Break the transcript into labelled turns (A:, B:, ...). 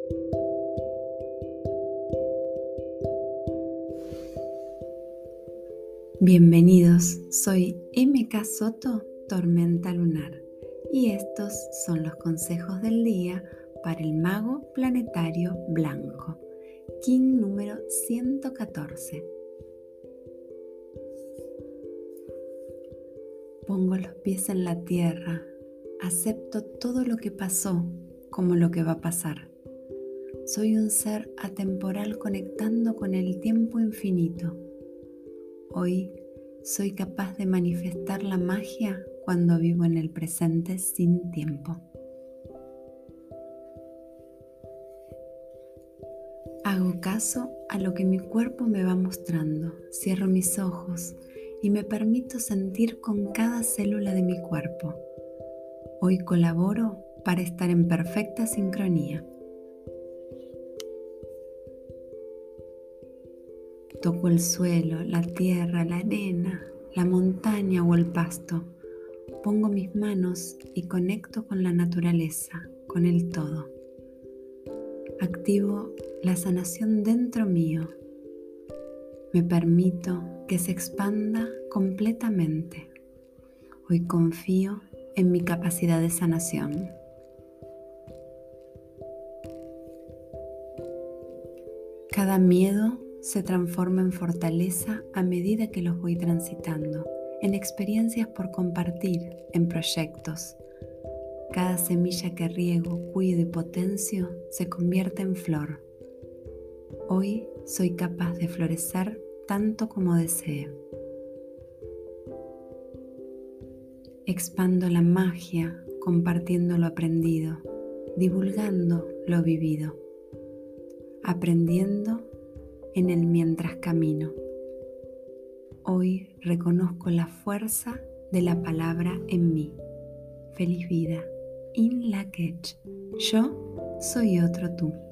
A: Bienvenidos, soy MK Soto, Tormenta Lunar, y estos son los consejos del día para el mago planetario blanco, King número 114. Pongo los pies en la tierra, acepto todo lo que pasó como lo que va a pasar. Soy un ser atemporal conectando con el tiempo infinito. Hoy soy capaz de manifestar la magia cuando vivo en el presente sin tiempo. Hago caso a lo que mi cuerpo me va mostrando, cierro mis ojos y me permito sentir con cada célula de mi cuerpo. Hoy colaboro para estar en perfecta sincronía. Toco el suelo, la tierra, la arena, la montaña o el pasto. Pongo mis manos y conecto con la naturaleza, con el todo. Activo la sanación dentro mío. Me permito que se expanda completamente. Hoy confío en mi capacidad de sanación. Cada miedo se transforma en fortaleza a medida que los voy transitando, en experiencias por compartir, en proyectos. Cada semilla que riego, cuido y potencio se convierte en flor. Hoy soy capaz de florecer tanto como desee. Expando la magia compartiendo lo aprendido, divulgando lo vivido, aprendiendo en el mientras camino. Hoy reconozco la fuerza de la palabra en mí. Feliz vida. In Lak'ech. Yo soy otro tú.